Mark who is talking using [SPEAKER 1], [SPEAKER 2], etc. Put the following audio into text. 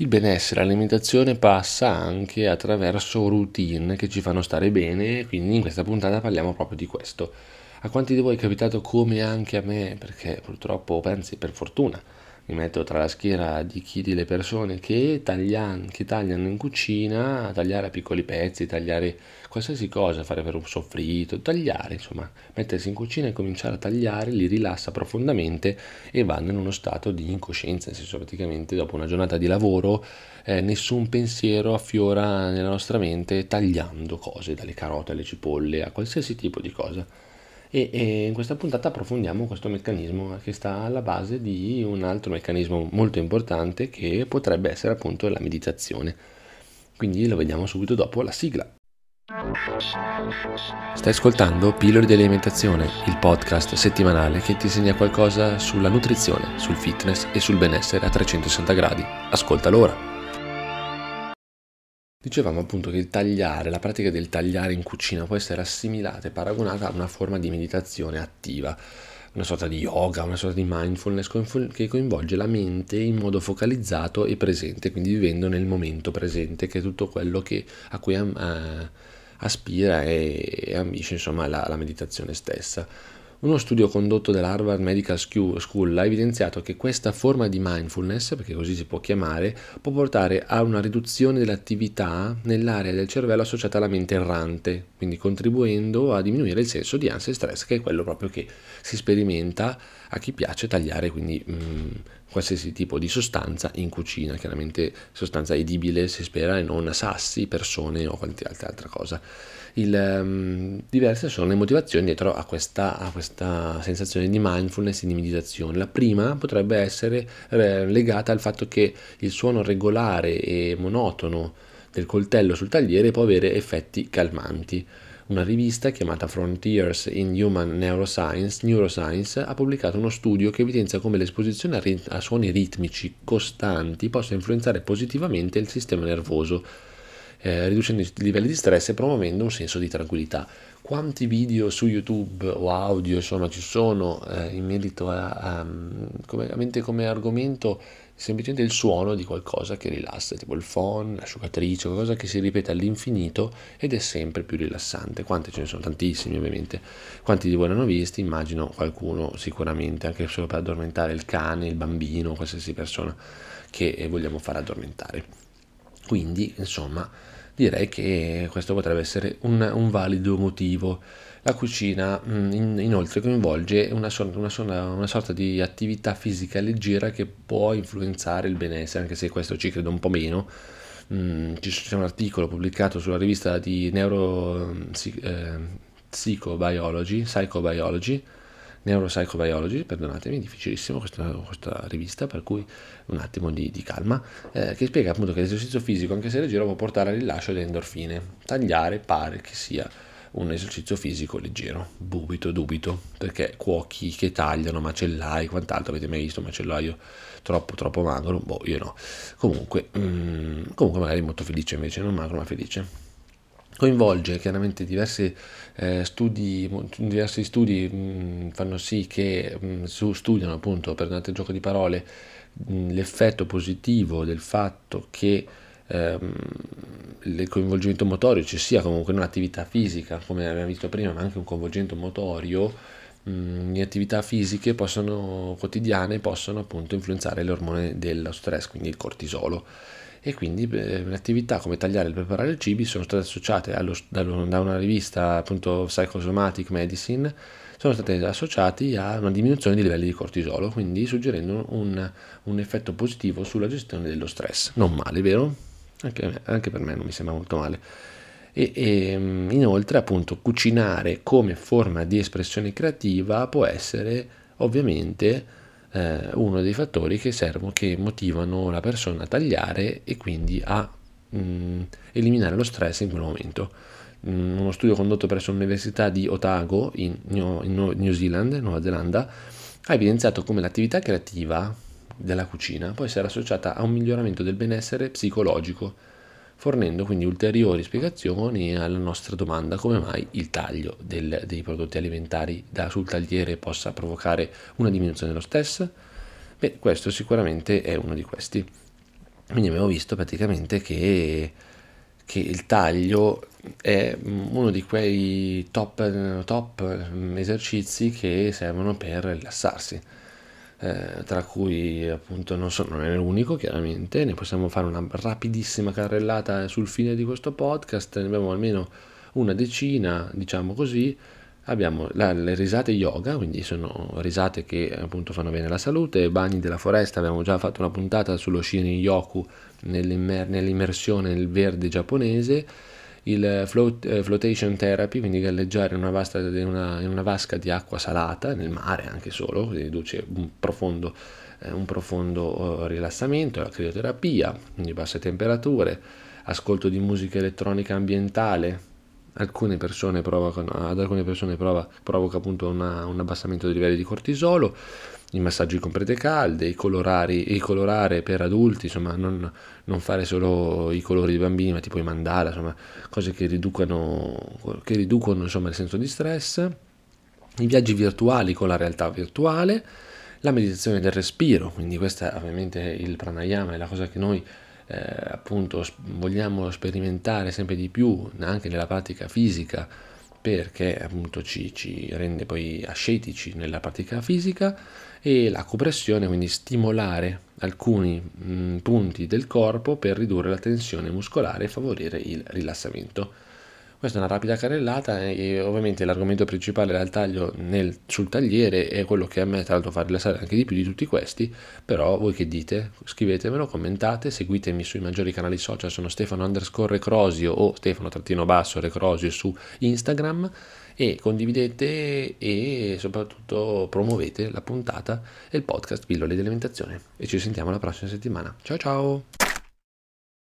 [SPEAKER 1] Il benessere, l'alimentazione passa anche attraverso routine che ci fanno stare bene, quindi in questa puntata parliamo proprio di questo. A quanti di voi è capitato come anche a me, perché purtroppo, pensi per fortuna, mi metto tra la schiera di chi delle persone che tagliano in cucina, tagliare a piccoli pezzi, tagliare qualsiasi cosa, fare per un soffritto, tagliare, insomma, mettersi in cucina e cominciare a tagliare, li rilassa profondamente e vanno in uno stato di incoscienza, nel senso praticamente dopo una giornata di lavoro nessun pensiero affiora nella nostra mente tagliando cose, dalle carote alle cipolle a qualsiasi tipo di cosa. E in questa puntata approfondiamo questo meccanismo che sta alla base di un altro meccanismo molto importante che potrebbe essere appunto la meditazione. Quindi lo vediamo subito dopo la sigla. Stai ascoltando Pillole di Alimentazione, il podcast settimanale che ti insegna qualcosa sulla nutrizione, sul fitness e sul benessere a 360 gradi. Ascoltalo ora! Dicevamo appunto che il tagliare, la pratica del tagliare in cucina può essere assimilata e paragonata a una forma di meditazione attiva, una sorta di yoga, una sorta di mindfulness che coinvolge la mente in modo focalizzato e presente, quindi vivendo nel momento presente, che è tutto quello a cui aspira e ambisce insomma la meditazione stessa. Uno studio condotto dall'Harvard Medical School ha evidenziato che questa forma di mindfulness, perché così si può chiamare, può portare a una riduzione dell'attività nell'area del cervello associata alla mente errante, quindi contribuendo a diminuire il senso di ansia e stress, che è quello proprio che si sperimenta a chi piace tagliare, quindi qualsiasi tipo di sostanza in cucina, chiaramente sostanza edibile si spera e non sassi, persone o qualsiasi altra cosa. Diverse sono le motivazioni dietro a questa sensazione di mindfulness e di meditazione. La prima potrebbe essere legata al fatto che il suono regolare e monotono del coltello sul tagliere può avere effetti calmanti. Una rivista chiamata Frontiers in Human Neuroscience ha pubblicato uno studio che evidenzia come l'esposizione a suoni ritmici costanti possa influenzare positivamente il sistema nervoso, riducendo i livelli di stress e promuovendo un senso di tranquillità. Quanti video su YouTube o audio insomma ci sono in merito come argomento semplicemente il suono di qualcosa che rilassa, tipo il phon, l'asciugatrice, qualcosa che si ripete all'infinito ed è sempre più rilassante. Quanti ce ne sono? Tantissimi ovviamente. Quanti di voi l'hanno visti? Immagino qualcuno sicuramente, anche solo per addormentare il cane, il bambino, qualsiasi persona che vogliamo far addormentare. Quindi, insomma, direi che questo potrebbe essere un valido motivo. La cucina inoltre coinvolge una sorta di attività fisica leggera che può influenzare il benessere, anche se questo ci credo un po' meno. C'è un articolo pubblicato sulla rivista di Neuropsychobiology, perdonatemi, difficilissimo questa rivista, per cui un attimo di calma, che spiega appunto che l'esercizio fisico, anche se leggero, può portare al rilascio delle endorfine. Tagliare pare che sia un esercizio fisico leggero, dubito, perché cuochi che tagliano, macellai, quant'altro, avete mai visto un macellaio troppo magro? Boh, io no. Comunque magari molto felice invece, non magro ma felice. Coinvolge chiaramente diversi studi fanno sì che studiano appunto, perdonate il gioco di parole, l'effetto positivo del fatto che il coinvolgimento motorio ci sia comunque un'attività fisica, come abbiamo visto prima, ma anche un coinvolgimento motorio le attività fisiche quotidiane possono appunto influenzare l'ormone dello stress, quindi il cortisolo. E quindi le attività come tagliare e preparare il cibi sono state associate da una rivista appunto Psychosomatic Medicine, sono state associati a una diminuzione dei livelli di cortisolo, quindi suggerendo un effetto positivo sulla gestione dello stress. Non male, vero? Anche per me non mi sembra molto male. Inoltre appunto cucinare come forma di espressione creativa può essere ovviamente uno dei fattori che motivano la persona a tagliare e quindi a eliminare lo stress in quel momento. Uno studio condotto presso l'Università di Otago in New Zealand, Nuova Zelanda, ha evidenziato come l'attività creativa della cucina può essere associata a un miglioramento del benessere psicologico, fornendo quindi ulteriori spiegazioni alla nostra domanda come mai il taglio dei prodotti alimentari sul tagliere possa provocare una diminuzione dello stress. Beh, questo sicuramente è uno di questi. Quindi abbiamo visto praticamente che il taglio è uno di quei top esercizi che servono per rilassarsi, tra cui appunto non è l'unico chiaramente, ne possiamo fare una rapidissima carrellata sul fine di questo podcast, ne abbiamo almeno una decina, diciamo così. Abbiamo le risate yoga, quindi sono risate che appunto fanno bene alla salute, bagni della foresta, abbiamo già fatto una puntata sullo Shinrin-yoku nell'immersione nel verde giapponese, il flotation therapy, quindi galleggiare in una vasca di acqua salata, nel mare anche solo, quindi riduce un profondo rilassamento, la crioterapia, quindi basse temperature, ascolto di musica elettronica ambientale. Ad alcune persone provoca appunto un abbassamento dei livelli di cortisolo, i massaggi con prete calde, i colorare per adulti, insomma non fare solo i colori dei bambini, ma tipo i mandala, insomma cose che riducono insomma, il senso di stress, i viaggi virtuali con la realtà virtuale, la meditazione del respiro, quindi questa ovviamente il pranayama è la cosa che noi appunto vogliamo sperimentare sempre di più anche nella pratica fisica, perché appunto ci rende poi ascetici nella pratica fisica, e l'acupressione, quindi stimolare alcuni punti del corpo per ridurre la tensione muscolare e favorire il rilassamento. Questa è una rapida carrellata e ovviamente l'argomento principale dal taglio sul tagliere è quello che a me tra l'altro fa rilassare anche di più di tutti questi, però voi che dite? Scrivetemelo, commentate, seguitemi sui maggiori canali social, sono Stefano_Recrosio o Stefano_Recrosio su Instagram, e condividete e soprattutto promuovete la puntata e il podcast Pillole di Alimentazione, e ci sentiamo la prossima settimana. Ciao ciao!